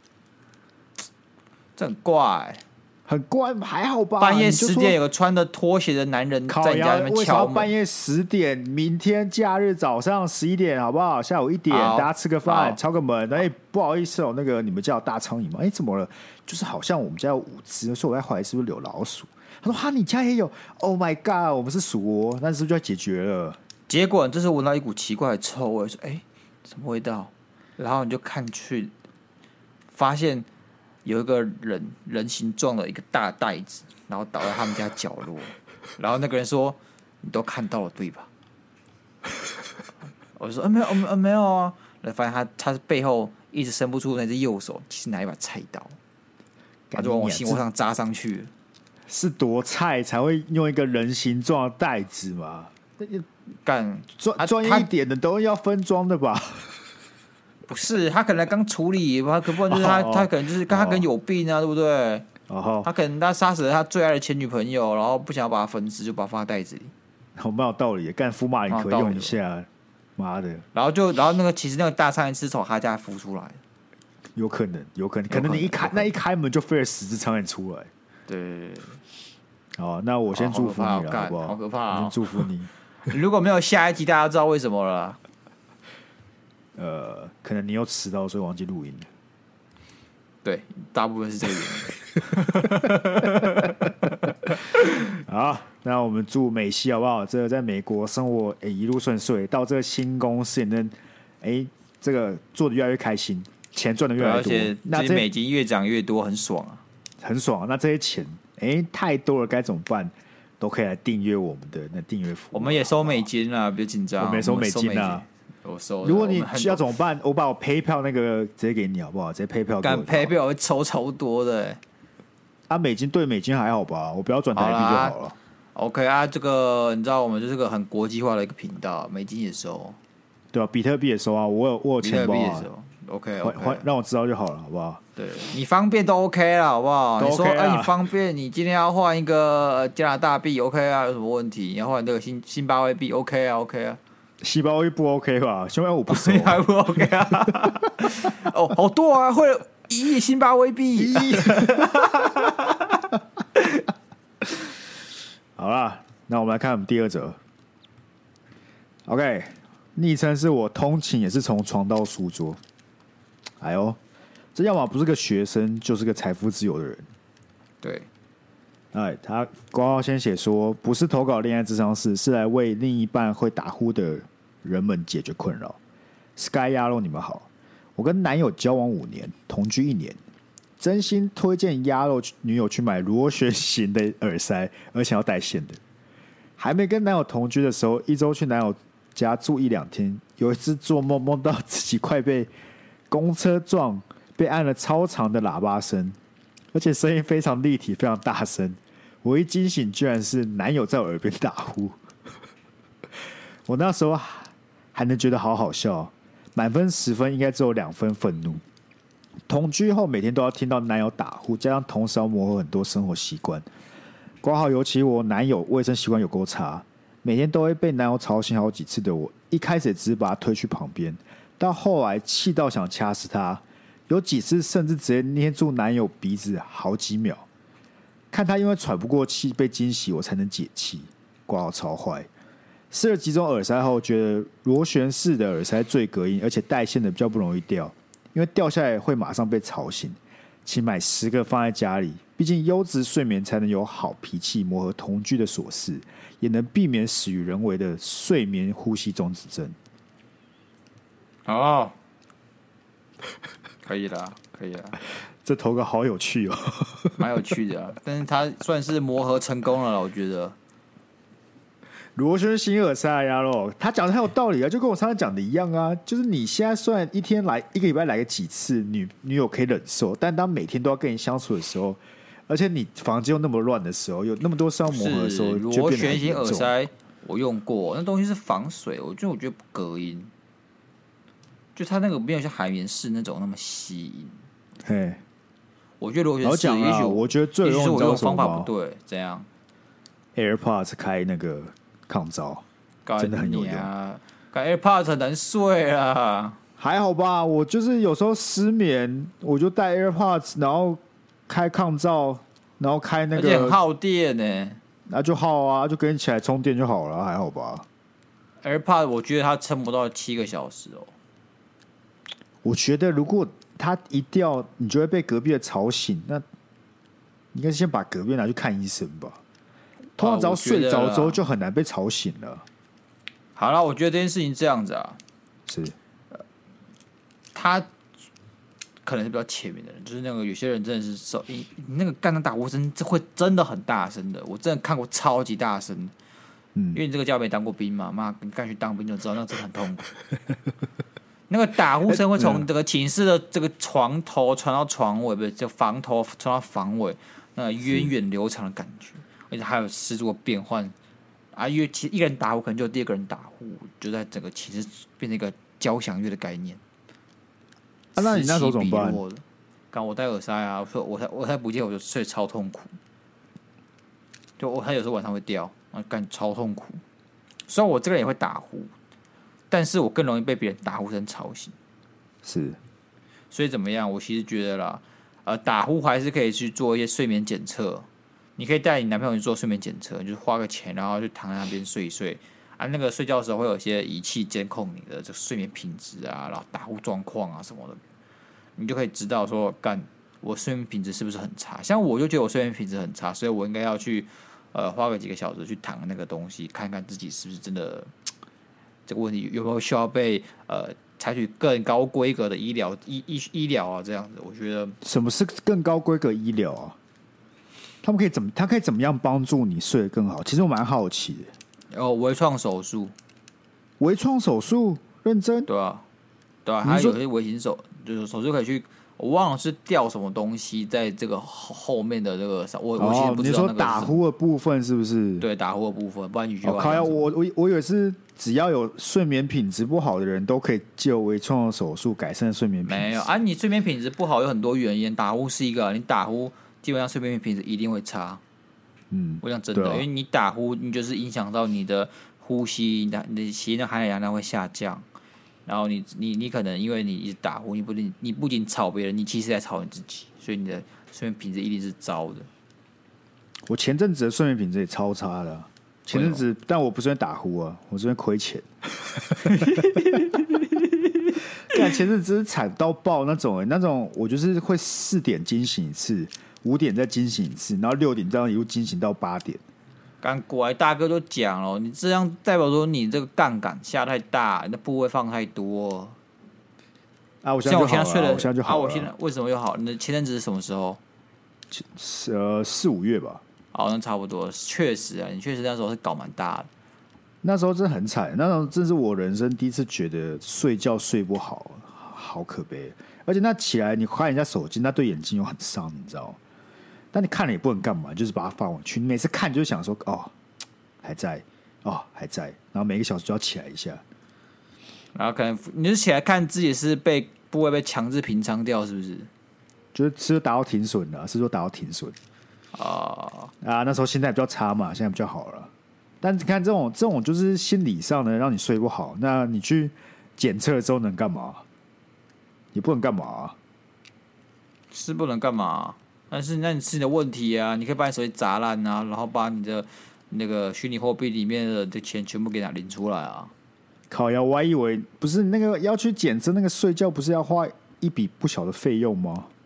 这很怪、欸， 很怪，还好吧？ 半夜十点有个穿着拖鞋的男人在你家里面敲门。 半夜十点，明天假日早上十一点，好不好？下午一点，大家吃个饭，敲个门。哎、欸，不好意思哦，那个你们家有大苍蝇吗？哎、欸，怎么了？就是好像我们家有五只，所以我在怀疑是不是有老鼠。他说：“哈，你家也有 ？Oh my god， 我们是鼠窝，那是不是就要解决了？” 结果这时候闻到一股奇怪的臭味，说：“哎、欸，什么味道？”然后你就看去，发现。有一个人人形状的一个大袋子，然后倒在他们家角落，然后那个人说：“你都看到了对吧？”我就说：“呃、欸，没有，呃、欸，没有啊。”然后发现他他是背后一直伸不出那只右手，其实拿一把菜刀，他就往我心窝上扎上去。 是多菜才会用一个人形状的袋子嘛？ 干专专业一点的都要分装的吧？ 不是，他可能刚处理，他可不然就是他， oh, 他可能就是他可能有病啊， oh. 对不对？ Oh. 他可能他杀死了他最爱的前女朋友，然后不想要把他分尸，就把他放在袋子里。 好蛮有道理，干福马林可以用一下，妈的！ 然后就然后那个其实那个大苍蝇是从他家孵出来的， 有可能，有可能，可能你一开那一开门就飞了十只苍蝇出来。 对， 好，那我先祝福你了，好不好？ 好可怕、哦！ 我先祝福你。 如果没有下一集，大家知道为什么了。 呃，可能你又迟到，所以忘记录音了。 对，大部分是这个原因。好，那我们祝美西好不好？这个在美国生活、欸、一路顺遂，到这个新公司也能哎、欸，这个做的越来越开心，钱赚的越来越多， 而且那这美金越涨越多，很爽啊， 很爽、啊。那这些钱哎、欸、太多了，该怎么办？都可以来订阅我们的那订阅服务。 我们也收美金啊，别紧张， 我没收美金啊。 我收， 如果你要怎么办？我把我 PayPal 那个直接给你好不好？直接 PayPal 给我。 干 PayPal 会抽超多的、欸， 啊，美金对美金还好吧？我不要转台币就好了。 OK 啊，这个你知道我们就是个很国际化的一个频道，美金也收， 对啊，比特币也收啊，我有我有钱包啊。 OK， OK， 让我知道就好了，好不好？ 对你方便都 OK 了，好不好？ 都 OK 你说哎、欸，你方便，你今天要换一个加拿大币 OK 啊，有什么问题？你要换这个新新巴威币 OK 啊 OK 啊。 西巴威不 OK 吧？西巴威我不熟、啊， 还不 OK 啊？哦，好多啊，会了一亿辛巴威币。 好啦，那我们来看我们第二则。OK， 昵称是我通勤也是从床到书桌。哎呦，这要么不是个学生，就是个财富自由的人。 对。 哎，他挂号先写说，不是投稿恋爱咨商室，是来为另一半会打呼的人们解决困扰。Sky 鸭肉，你们好，我跟男友交往五年，同居一年，真心推荐鸭肉女友去买螺旋形的耳塞，而且要带线的。还没跟男友同居的时候，一周去男友家住一两天，有一次做梦梦到自己快被公车撞，被按了超长的喇叭声。而且声音非常立体，非常大声。我一惊醒，居然是男友在我耳边打呼。我那时候还能觉得好好笑，满分十分应该只有两分愤怒。同居后每天都要听到男友打呼，加上同时要磨合很多生活习惯。括号尤其我男友卫生习惯有够差，每天都会被男友吵醒好几次的我，一开始只是把他推去旁边，到后来气到想掐死他。有几次甚至直接捏住男友鼻子好几秒，看他因为喘不过气被惊醒，我才能解气。挂号超坏。试了几种耳塞后，觉得螺旋式的耳塞最隔音，而且带线的比较不容易掉，因为掉下来会马上被吵醒。请买十个放在家里， 毕竟优质睡眠才能有好脾气，磨合同居的琐事，也能避免始于人为的睡眠呼吸中止症。 哦，可以啦，可以啦。 这投稿好有趣哦， 蛮有趣的、啊，但是他算是磨合成功了啦，我觉得。 螺旋形耳塞呀咯，他讲的很有道理啊，就跟我上次讲的一样啊，就是你现在虽然一天来一个礼拜来个几次，女女友可以忍受，但当每天都要跟你相处的时候，而且你房间又那么乱的时候，有那么多事要磨合的时候， 螺旋形耳塞我用过，那东西是防水，我就我觉得不隔音，就它那个没有像海绵式那种那么吸音。 嘿， 我觉得螺旋式， 也许我觉得最有用我用方法不对，怎样 ？AirPods 开那个抗噪，真的很有用。 开 AirPods 很难睡啊， 还好吧？我就是有时候失眠，我就戴 AirPods， 然后开抗噪，然后开那个， 而且很耗电呢、欸。 那就耗啊，就跟你起来充电就好了，还好吧 ？AirPods 我觉得它撑不到七个小时哦。 我觉得如果它一掉，你就会被隔壁的吵醒。那你应该先把隔壁拿去看医生吧。通常只要睡着之后就很难被吵醒了。 好了，我觉得这件事情这样子啊， 是， 他可能是比较浅明的人，就是那个有些人真的是手，你那个干的打呼声会真的很大声的，我真的看过超级大声。嗯，因为你这个家没当过兵嘛，妈，你刚去当兵就知道，那真的很痛苦。那个打呼声会从这个寝室的这个床头传到床尾，不是就房头传到房尾，那个源远流长的感觉，而且还有湿度的变换啊。因为其实一个人打呼，可能就第二个人打呼，就在整个寝室变成一个交响乐的概念。 啊，那你那时候怎么办？ 刚我戴耳塞啊，我说我才我才不见，我就睡超痛苦。就我他有时候晚上会掉，啊，干超痛苦。虽然我这个人也会打呼。但是我更容易被别人打呼声吵醒， 是， 所以怎么样？我其实觉得啦，呃，打呼还是可以去做一些睡眠检测。你可以带你男朋友去做睡眠检测，就是花个钱，然后就躺在那边睡一睡啊。那个睡觉的时候会有一些仪器监控你的这睡眠品质啊，然后打呼状况啊什么的，你就可以知道说，干我睡眠品质是不是很差？像我就觉得我睡眠品质很差，所以我应该要去呃花个几个小时去躺那个东西，看看自己是不是真的。这个问题有没有需要被呃采取更高规格的医疗医医医疗啊？这样子，我觉得什么是更高规格医疗啊？他们可以怎么？他可以怎么样帮助你睡得更好？其实我蛮好奇的。哦，微创手术， 微创手术，认真？ 对啊，对啊，还有些微型手，就是手术可以去。我忘了是掉什么东西在这个后面的这个，我我其实不知道、那个。 你说打呼的部分是不是？ 对，打呼的部分，不然你觉得？ 靠呀，我我我以为是只要有睡眠品质不好的人都可以借由微创的手术改善睡眠品质。 没有啊，你睡眠品质不好有很多原因，打呼是一个，你打呼基本上睡眠品质一定会差。嗯，我讲真的，啊、因为你打呼，你就是影响到你的呼吸，你的你的血液含氧量会下降。然后你你你可能因为你一直打呼，你不仅你不仅吵别人，你其实在吵你自己，所以你的睡眠品质一定是糟的。 我前阵子的睡眠品质也超差的、啊，前阵子，但我不是在打呼啊，我是在亏钱。干前阵子是惨到爆那种、欸，那种我就是会四点惊醒一次，五点再惊醒一次，然后六点这样一路惊醒到八点。 刚过来大哥都讲了，你这样代表说你这个杠杆下太大，你的部位放太多。 啊，我现在就好了， 像我现在睡了， 我现在就好了。 啊，我现在为什么又好？你的前阵子是什么时候？ 呃，四五月吧。 哦，那差不多，确实啊，你确实那时候是搞蛮大的。 那时候真的很惨，那时候真是我人生第一次觉得睡觉睡不好，好可悲。而且那起来你看人家手机，那对眼睛又很伤，你知道。但你看了也不能干嘛，就是把它放回去。你每次看就想说，哦，还在，哦，还在，然后每个小时就要起来一下。 然后可能你就起来看自己是被部位被强制平仓掉，是不是？ 就是是打到停损了，是说打到停损。 哦、 uh, 啊，那时候心态比较差嘛，现在比较好了。但你看这种这种就是心理上的让你睡不好，那你去检测之后能干嘛？也不能干嘛、啊， 是不能干嘛？但是那你是你的问题啊，你可以把你手机砸烂啊，然后把你的那个虚拟货币里面的的钱全部给它领出来啊。 靠呀，我还以为不是那个要去检测那个睡觉，不是要花一笔不小的费用吗？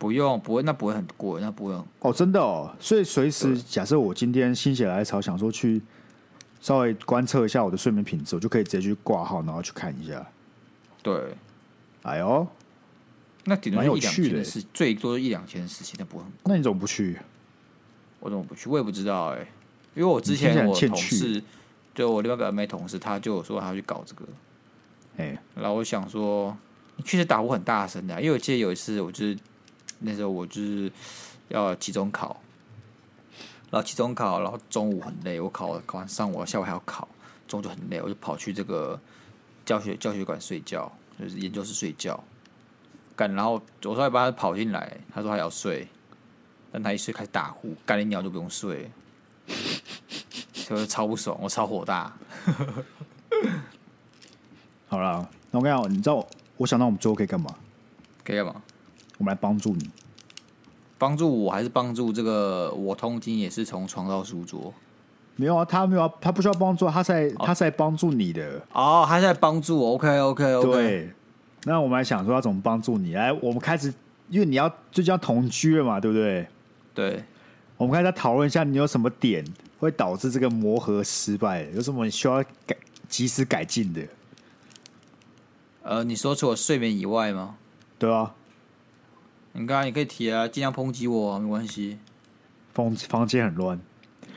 不用，不会，那不会很贵，那不会很贵哦，真的哦。所以随时假设我今天心血来潮，想说去稍微观测一下我的睡眠品质，我就可以直接去挂号，然后去看一下。 对， 哎呦， 那顶多是一两千的事，最多一两千的事情，那不会很贵。 那你怎么不去？ 我怎么不去？我也不知道哎、欸，因为我之前我同事，就我另外一个妹同事，他就有说他要去搞这个。哎、欸，然后我想说，你确实打呼很大声的、啊，因为我记得有一次，我就是那时候我就是要期中考，然后期中考，然后中午很累，我考考完上午，下午还要考，中午就很累，我就跑去这个教学教学馆睡觉，就是研究室睡觉。干，然后我说把他跑进来，他说他要睡。但他一睡开始打呼，干你鸟就不用睡，就是超不爽，我超火大。 好啦，那我跟你讲，你知道我想到我们最后可以干嘛？ 可以干嘛？ 我们来帮助你， 帮助我还是帮助这个我通经也是从床到书桌？ 没有啊，他没有、啊，他不需要帮助，他在、哦、他是在帮助你的。 哦，他在帮助我。OK OK OK。 对，那我们来想说要怎么帮助你？来，我们开始，因为你要最近要同居了嘛，对不对？ 对， 我们开始讨论一下，你有什么点会导致这个磨合失败？有什么你需要改及时改进的？ 呃，你说除了睡眠以外吗？ 对啊， 你刚刚你可以提啊，尽量抨击我、啊，没关系。 房房间很乱。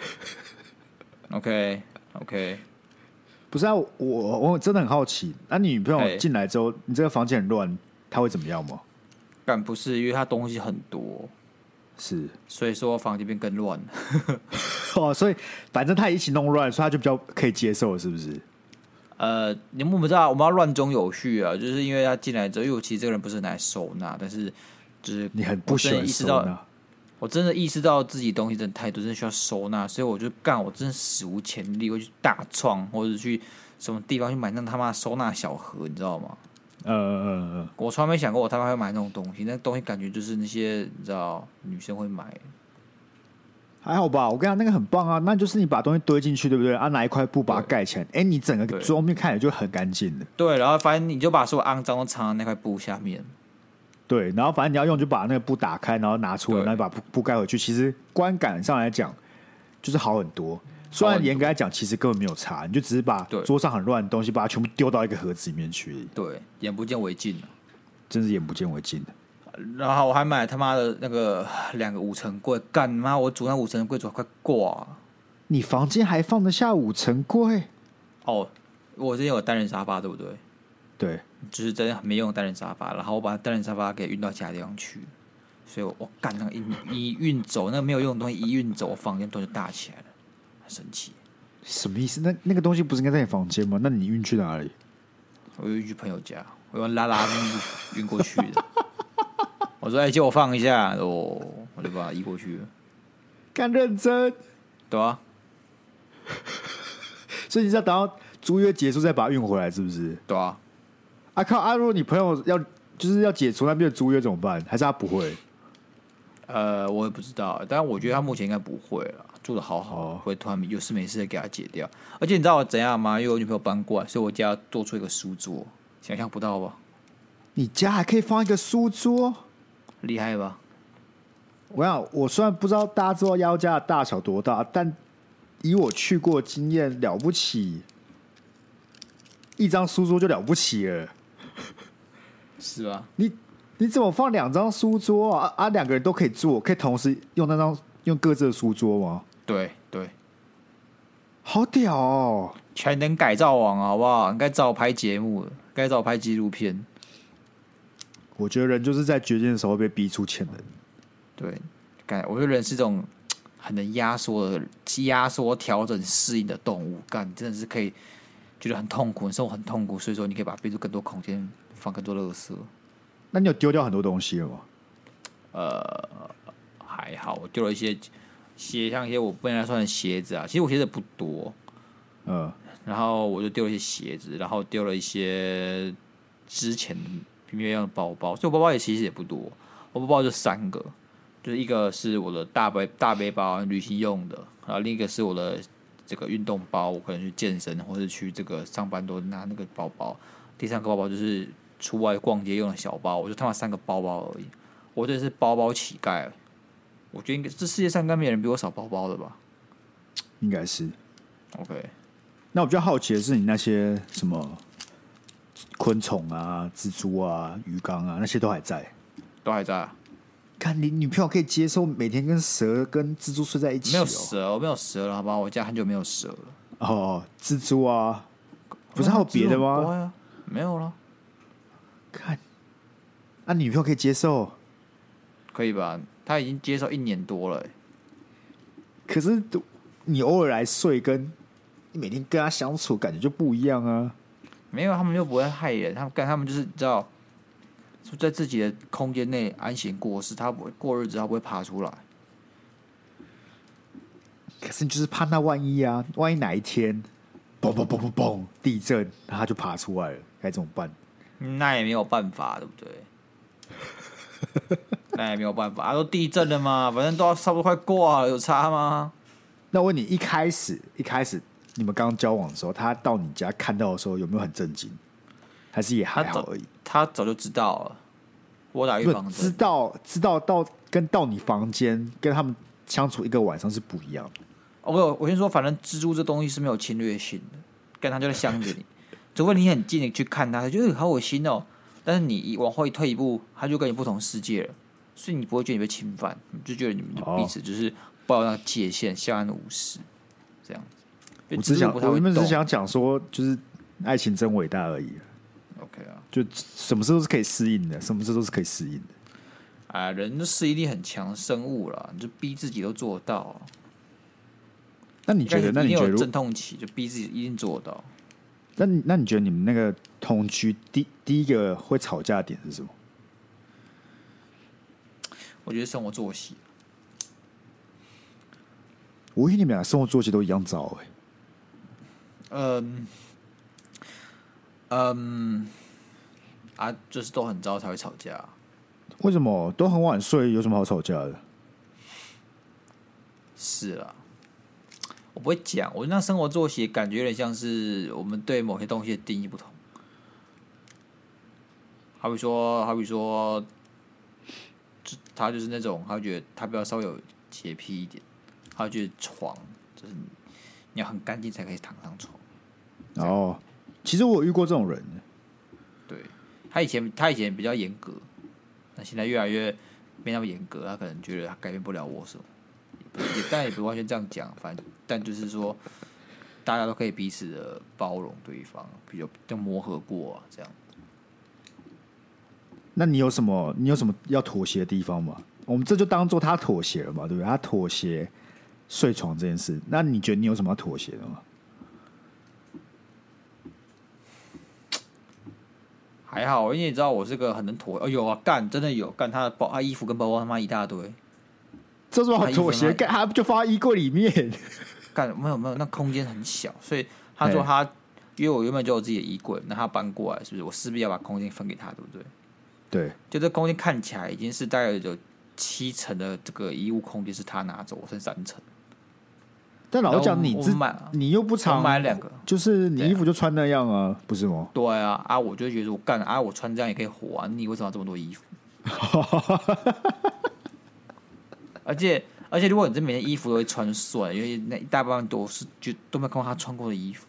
OK OK， 不是啊，我我真的很好奇，那、啊、你女朋友进来之后，你这个房间很乱，她会怎么样吗？ 但不是，因为她东西很多。 是， 所以说房间变更乱哦，所以反正他一起弄乱，所以他就比较可以接受，是不是？ 呃，你们不知道，我们要乱中有序啊，就是因为他进来之后，因为我其实这个人不是拿来收纳，但是就是你很不喜欢收纳， 我真的意识到自己东西真的太多，真的需要收纳，所以我就干，我真的史无前例，会去大创或者去什么地方去买那他妈收纳小盒，你知道吗？ 呃呃呃， 我从来没想过我他妈会买那种东西，那东西感觉就是那些你知道女生会买， 还好吧？我跟你讲那个很棒啊，那就是你把东西堆进去，对不对？啊，拿一块布把它盖起来，哎、欸，你整个桌面看起来就很干净的。 对，然后反正你就把所有肮脏都藏在那块布下面。 对，然后反正你要用就把那个布打开，然后拿出来，然后把布布盖回去。其实观感上来讲，就是好很多。虽然严格来讲，其实根本没有差，你就只是把桌上很乱的东西，把它全部丢到一个盒子里面去。 对，眼不见为净了， 真是眼不见为净的。 然后我还买他妈的那个两个五层柜，干妈我煮那五层柜煮快挂、啊。 你房间还放得下五层柜？ 哦，我之前有单人沙发，对不对？ 对， 就是真的没用单人沙发，然后我把单人沙发给运到其他地方去，所以我我干那个一一运走，那个没有用的东西一运走，房间都就大起来了。生气， 什么意思？那那个东西不是应该在你房间吗？那你运去哪里？ 我运去朋友家，我用拉拉运过去的。我说：“哎、欸，借我放一下。”哦，我就把它移过去了。 干认真， 对啊。 所以你是要等到租约结束再把它运回来，是不是？ 对啊。 啊靠！啊，如果你朋友要就是要解除那边的租约怎么办？还是他不会？ 呃，我也不知道，但我觉得他目前应该不会了，住的好好，哦、会突然有事没事的给他解掉。而且你知道我怎样吗？因为我女朋友搬过来，所以我家做出一个书桌，想象不到吧？ 你家还可以放一个书桌， 厉害吧？ 我想，我虽然不知道大家知道腰家的大小多大，但以我去过的经验，了不起，一张书桌就了不起了， 是吧？ 你。你怎么放两张书桌啊？啊，两个人都可以坐，可以同时用那张用各自的书桌吗？ 对对， 好屌哦！ 全能改造网好不好？你该找我拍节目了，该找我拍纪录片。 我觉得人就是在绝境的时候被逼出潜能。 对，干，我觉得人是这种很能压缩的、压缩、调整、适应的动物。干，真的是可以觉得很痛苦，生活很痛苦，所以说你可以把它逼出更多空间，放更多垃圾。 那你有丢掉很多东西了吗？ 呃，还好，我丢了一些鞋，像一些我不应该算的鞋子啊。其实我鞋子不多，嗯，然后我就丢了一些鞋子，然后丢了一些之前平面样的包包，所以我包包也其实也不多。我包包就三个，就是一个是我的大背大背包，旅行用的，然后另一个是我的这个运动包，我可能去健身或者去这个上班都拿那个包包。第三个包包就是出外逛街用的小包，我就他妈三个包包而已。 我这是包包乞丐。我觉得应该这世界上应该没有人比我少包包的吧？ 应该是。 OK。 那我比较好奇的是，你那些什么昆虫啊、蜘蛛啊、鱼缸啊，那些都还在？ 都还在啊。 看你女朋友可以接受每天跟蛇、跟蜘蛛睡在一起、哦？ 没有蛇，我没有蛇了，好不好？我家很久没有蛇了。 哦，蜘蛛啊，不是还有别的吗？ 啊、没有了。 看，啊，你女朋友可以接受？ 可以吧？她已经接受一年多了。 可是你偶尔来睡，跟你每天跟她相处，感觉就不一样啊。 没有，他们又不会害人，他们干，他们就是你知道，在自己的空间内安闲过世，他不会过日子，他不会爬出来。 可是你就是怕那万一啊，万一哪一天，嘣嘣嘣嘣嘣，地震，然后他就爬出来了，该怎么办？ 那也没有办法，对不对？那也没有办法，啊，都地震了嘛，反正都要差不多快挂了，有差吗？ 那我问你，一开始一开始你们刚交往的时候，他到你家看到的时候，有没有很震惊？还是也还好而已？ 他早就知道了，我打预防针， 知道知道到跟到你房间跟他们相处一个晚上是不一样的。 我我先说，反正蜘蛛这东西是没有侵略性的，跟它就在箱子里，除非你很近的去看它，它觉得好恶心哦。但是你往后一退一步，它就跟你不同世界了，所以你不会觉得你被侵犯，你就觉得你们彼此就是抱那个界限，相安无事，这样子。 我只想，我原本只想讲说，就是爱情真伟大而已。 OK 啊， 就什么事都是可以适应的，什么事都是可以适应的。 啊，人的适应力很强的生物啦，你就逼自己都做得到啊。 那你觉得？那你觉得阵痛期就逼自己一定做得到？ 那那你觉得你们那个同居第第一个会吵架的点是什么？ 我觉得生活作息。 我以为你们俩生活作息都一样糟哎、欸。 嗯嗯啊，就是都很糟才会吵架。 为什么都很晚睡，有什么好吵架的？ 是啊。我不会讲，我那生活作息感觉有点像是我们对某些东西的定义不同。好比说，好比说，他就是那种，他觉得他比较稍微有洁癖一点，他觉得床就是你要很干净才可以躺上床。 哦，其实我有遇过这种人。 对，他以前他以前比较严格，那现在越来越没那么严格，他可能觉得他改变不了我什么。也但也不完全这样讲，反正但就是说，大家都可以彼此的包容对方，比较就磨合过啊，这样。 那你有什么你有什么要妥协的地方吗？我们这就当做他妥协了嘛，对不对？他妥协睡床这件事，那你觉得你有什么要妥协的吗？ 还好，因为你知道我是个很能妥，哦有啊，干真的有干他的包，他衣服跟包包他妈一大堆。 这是好妥协，干他就放在衣柜里面。 干没有没有，那空间很小，所以他说他，因为我原本就有自己的衣柜，那他搬过来，是不是我势必要把空间分给他，对不对？ 对， 就这空间看起来已经是大概有七成的这个衣物空间是他拿走，我剩三成。 但老实讲，你自你又不常买两个， 就是你衣服就穿那样啊，不是吗？ 对啊，啊，我就觉得我干啊，我穿这样也可以活啊，你为什么要这么多衣服？而且而且，如果你这每件衣服都会穿算，因为那一大半都是就都没有看过他穿过的衣服，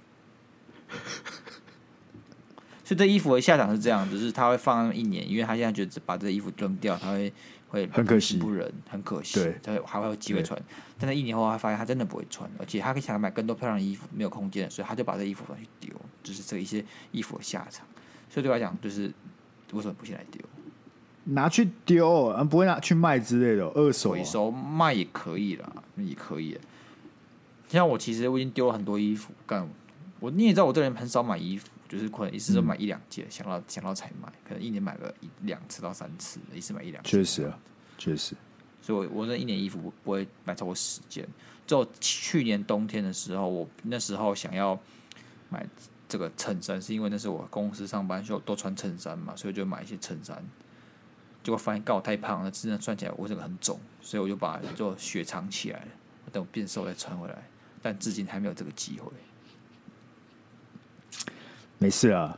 所以这衣服的下场是这样，就是他会放一年，因为他现在觉得把这衣服扔掉，他会会很可惜， 不忍，很可惜， 对， 他还会有机会穿。但是一年后，他发现他真的不会穿，而且他可以想买更多漂亮的衣服，没有空间，所以他就把这衣服拿去丢，就是这一些衣服的下场。所以对我来讲，就是为什么不先来丢？ 拿去丢，不会拿去卖之类的，二手、啊、 回收卖也可以啦，也可以。像我其实我已经丢了很多衣服，干我你也知道我这人很少买衣服，就是可能一次就买一两件，嗯、想到想到才买，可能一年买个一两次到三次，一次买一两件。 确实啊，确实。 所以我，我那一年衣服不会买超过十件。只有去年冬天的时候，我那时候想要买这个衬衫，是因为那是我公司上班就都穿衬衫嘛，所以就买一些衬衫。结果发现，告我太胖了，真的穿起来我整个很肿，所以我就把就雪藏起来了，等我变瘦再穿回来。但至今还没有这个机会。 没事啊，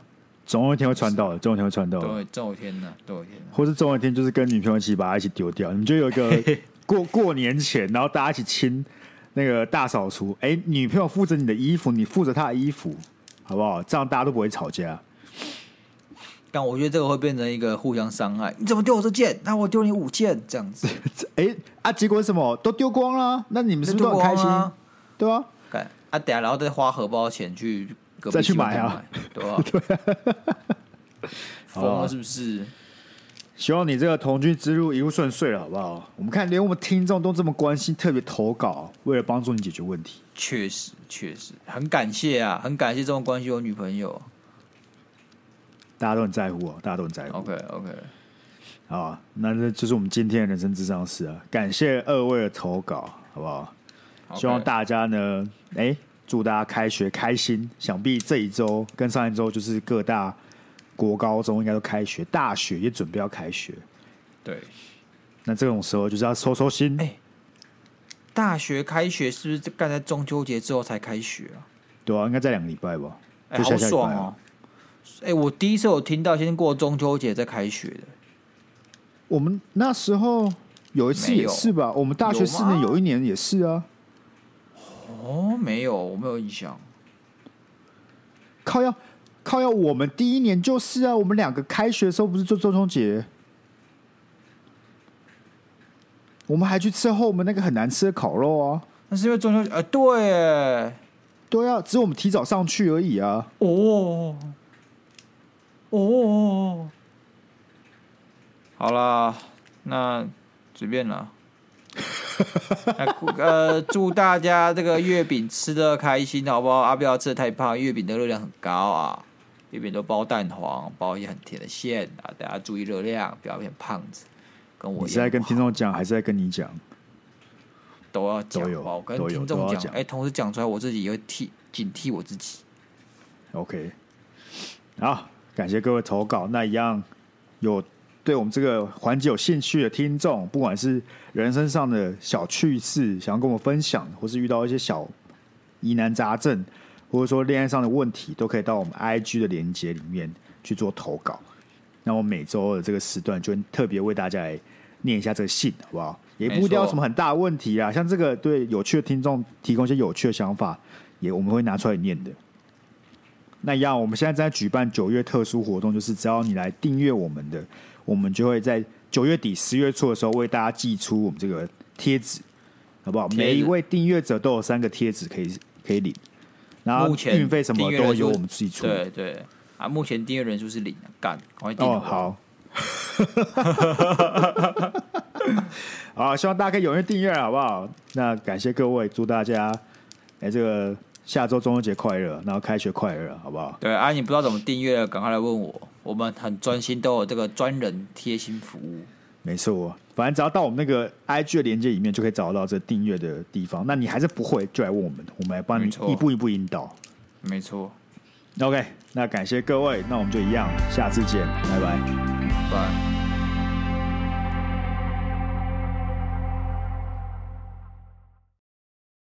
总有一天会穿到的，总有一天会穿到的。 总有总有一天呢，总有一天。 或是总有一天就是跟女朋友一起把它一起丢掉，你们就有一个过过年前，然后大家一起亲那个大扫除，哎、欸，女朋友负责你的衣服，你负责她的衣服，好不好？这样大家都不会吵架。 但我觉得这个会变成一个互相伤害。你怎么丢我这件？那我丢你五件，这样子。 哎、欸、啊，结果是什么？都丢光了，那你们是不是都很开心？对啊， 啊，等下然后再花荷包钱去再去买啊， 对吧？对，疯了是不是？ 希望你这个同居之路一路顺遂了，好不好？我们看连我们听众都这么关心，特别投稿，为了帮助你解决问题。 确实，确实很感谢啊，很感谢这么关心我女朋友。 大家都很在乎哦，大家都很在乎。 OK OK， 好，那这就是我们今天的人生智商室啊！感谢二位的投稿，好不好？ Okay. 希望大家呢，哎、欸，祝大家开学开心。想必这一周跟上一周就是各大国高中应该都开学，大学也准备要开学。 对， 那这种时候就是要收收心。 哎、欸，大学开学是不是干在中秋节之后才开学啊？ 对啊，应该在两个礼拜吧。 哎、欸，好爽哦！哎、欸，我第一次有听到先过中秋节再开学的。 我们那时候有一次也是吧？我们大学四年有一年也是啊。 哦，没有，我没有印象。 靠要靠要，我们第一年就是啊，我们两个开学的时候不是做中秋节，我们还去吃后门那个很难吃的烤肉啊。 那是因为中秋节，呃，对， 对啊，只是我们提早上去而已啊。 哦，哦，好啦，那随便啦。呃，祝大家这个月饼吃得开心，好不好？啊，不要吃得太胖，月饼的热量很高啊，月饼都包蛋黄，包一些很甜的馅啊，大家注意热量，不要变胖子。跟我一样， 你是在跟听众讲，还是在跟你讲？ 都要讲，我跟听众讲，哎、欸，同时讲出来，我自己也会替警惕我自己。 OK， 好，感谢各位投稿，那一样有。对我们这个环节有兴趣的听众，不管是人生上的小趣事，想要跟我们分享，或是遇到一些小疑难杂症，或者说恋爱上的问题，都可以到我们 I G 的连结里面去做投稿。那我每周的这个时段就特别为大家来念一下这个信，好不好？也不一定要什么很大的问题啊，像这个对有趣的听众提供一些有趣的想法，也我们会拿出来念的。那一样，我们现在正在举办九月特殊活动，就是只要你来订阅我们的。我们就会在九月底、十月初的时候为大家寄出我们这个贴纸，好不好？每一位订阅者都有三个贴纸可以可以领，然后运费什么都由我们自己出。 对对啊，目前订阅人数是零，干，赶快订哦，好，好，希望大家可以踊跃订阅，好不好？那感谢各位，祝大家哎、欸、这个下周中秋节快乐，然后开学快乐，好不好？ 对啊，你不知道怎么订阅，赶快来问我。我们很专心，都有这个专人贴心服务。 没错，反正只要到我们那个 I G 的连接里面，就可以找到这订阅的地方。那你还是不会，就来问我们，我们来帮你一步一步引导。 没错。 OK， 那感谢各位，那我们就一样，下次见，拜拜， 拜。